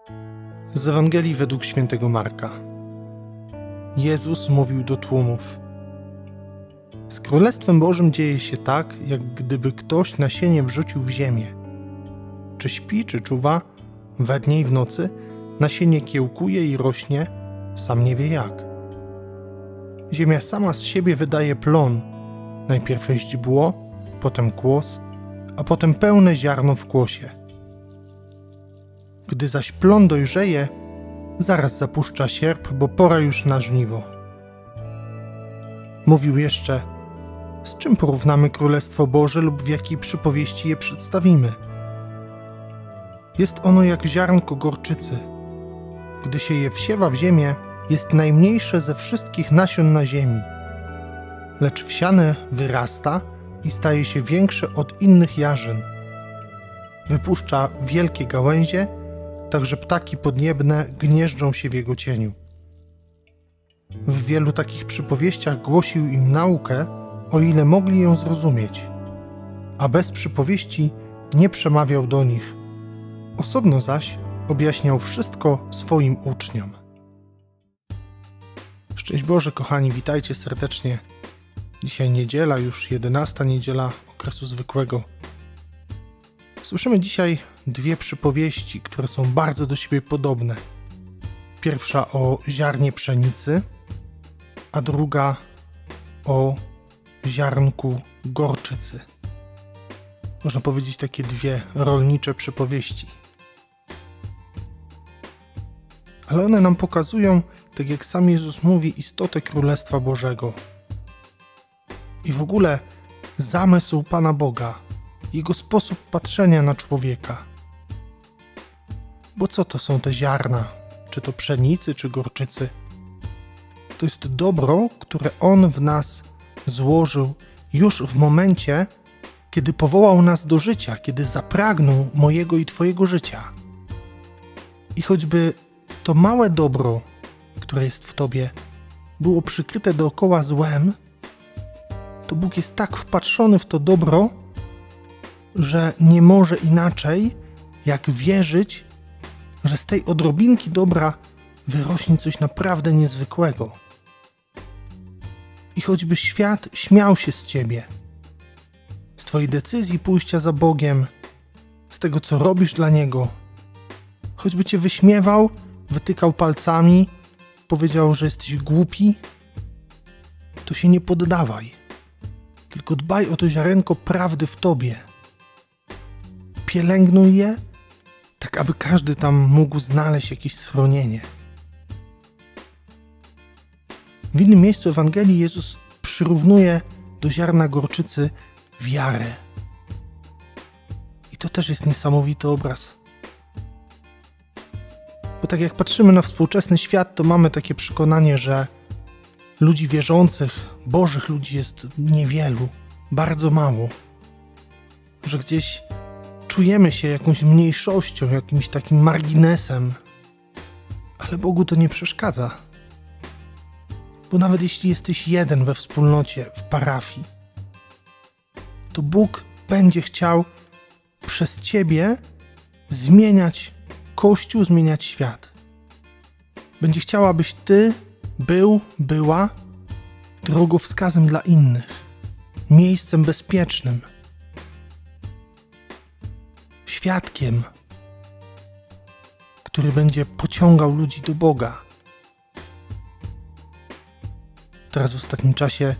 Z Ewangelii według świętego Marka. Jezus mówił do tłumów: z Królestwem Bożym dzieje się tak, jak gdyby ktoś nasienie wrzucił w ziemię. Czy śpi, czy czuwa, we dnie i w nocy, nasienie kiełkuje i rośnie, sam nie wie jak. Ziemia sama z siebie wydaje plon, najpierw źdźbło, potem kłos, a potem pełne ziarno w kłosie. Gdy zaś plon dojrzeje, zaraz zapuszcza sierp, bo pora już na żniwo. Mówił jeszcze: z czym porównamy Królestwo Boże lub w jakiej przypowieści je przedstawimy? Jest ono jak ziarnko gorczycy. Gdy się je wsiewa w ziemię, jest najmniejsze ze wszystkich nasion na ziemi. Lecz wsiane wyrasta i staje się większe od innych jarzyn. Wypuszcza wielkie gałęzie, tak że ptaki podniebne gnieżdżą się w jego cieniu. W wielu takich przypowieściach głosił im naukę, o ile mogli ją zrozumieć, a bez przypowieści nie przemawiał do nich. Osobno zaś objaśniał wszystko swoim uczniom. Szczęść Boże, kochani, witajcie serdecznie. Dzisiaj niedziela, już 11. niedziela okresu zwykłego. Słyszymy dzisiaj dwie przypowieści, które są bardzo do siebie podobne. Pierwsza o ziarnie pszenicy, a druga o ziarnku gorczycy. Można powiedzieć takie dwie rolnicze przypowieści. Ale one nam pokazują, tak jak sam Jezus mówi, istotę Królestwa Bożego. I w ogóle zamysł Pana Boga, Jego sposób patrzenia na człowieka. Bo co to są te ziarna? Czy to pszenicy, czy gorczycy? To jest dobro, które On w nas złożył już w momencie, kiedy powołał nas do życia, kiedy zapragnął mojego i Twojego życia. I choćby to małe dobro, które jest w Tobie, było przykryte dookoła złem, to Bóg jest tak wpatrzony w to dobro, że nie może inaczej, jak wierzyć, że z tej odrobinki dobra wyrośnie coś naprawdę niezwykłego. I choćby świat śmiał się z Ciebie, z Twojej decyzji pójścia za Bogiem, z tego, co robisz dla Niego, choćby Cię wyśmiewał, wytykał palcami, powiedział, że jesteś głupi, to się nie poddawaj, tylko dbaj o to ziarenko prawdy w Tobie. Pielęgnuj je, tak aby każdy tam mógł znaleźć jakieś schronienie. W innym miejscu Ewangelii Jezus przyrównuje do ziarna gorczycy wiarę. I to też jest niesamowity obraz. Bo tak jak patrzymy na współczesny świat, to mamy takie przekonanie, że ludzi wierzących, bożych ludzi jest niewielu, bardzo mało. Że gdzieś czujemy się jakąś mniejszością, jakimś takim marginesem. Ale Bogu to nie przeszkadza. Bo nawet jeśli jesteś jeden we wspólnocie, w parafii, to Bóg będzie chciał przez Ciebie zmieniać Kościół, zmieniać świat. Będzie chciał, abyś Ty była drogowskazem dla innych, miejscem bezpiecznym, świadkiem, który będzie pociągał ludzi do Boga. Teraz w ostatnim czasie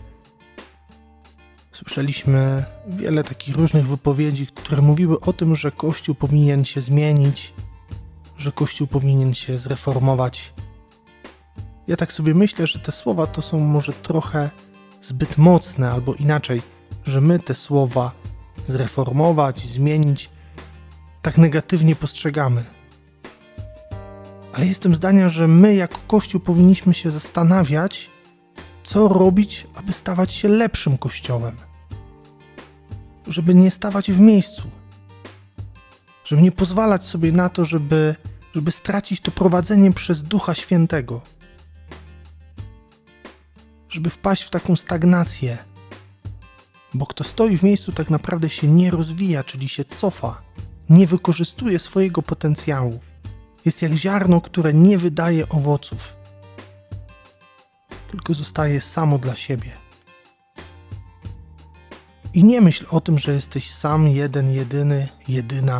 słyszeliśmy wiele takich różnych wypowiedzi, które mówiły o tym, że Kościół powinien się zmienić, że Kościół powinien się zreformować. Ja tak sobie myślę, że te słowa to są może trochę zbyt mocne, albo inaczej, że my te słowa zreformować, zmienić tak negatywnie postrzegamy. Ale jestem zdania, że my jako Kościół powinniśmy się zastanawiać, co robić, aby stawać się lepszym Kościołem. Żeby nie stawać w miejscu. Żeby nie pozwalać sobie na to, żeby stracić to prowadzenie przez Ducha Świętego. Żeby wpaść w taką stagnację. Bo kto stoi w miejscu, tak naprawdę się nie rozwija, czyli się cofa. Nie wykorzystuje swojego potencjału. jest jak ziarno, które nie wydaje owoców, tylko zostaje samo dla siebie. I nie myśl o tym, że jesteś sam, jeden, jedyny, jedyna.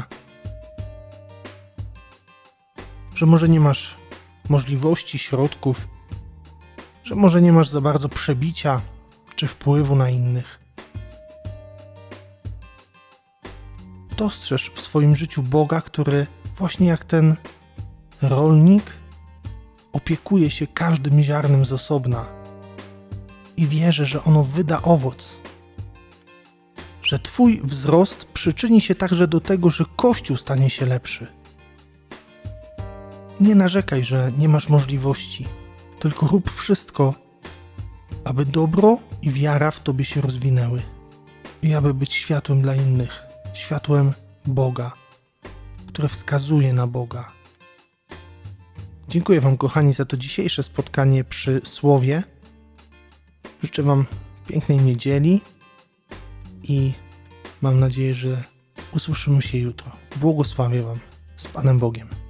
Że może nie masz możliwości, środków, że może nie masz za bardzo przebicia czy wpływu na innych. Dostrzeż w swoim życiu Boga, który właśnie jak ten rolnik opiekuje się każdym ziarnem z osobna i wierzy, że ono wyda owoc. Że Twój wzrost przyczyni się także do tego, że Kościół stanie się lepszy. Nie narzekaj, że nie masz możliwości, tylko rób wszystko, aby dobro i wiara w Tobie się rozwinęły i aby być światłem dla innych, światłem Boga, które wskazuje na Boga. Dziękuję Wam, kochani, za to dzisiejsze spotkanie przy Słowie. Życzę Wam pięknej niedzieli i mam nadzieję, że usłyszymy się jutro. Błogosławię Wam. Z Panem Bogiem.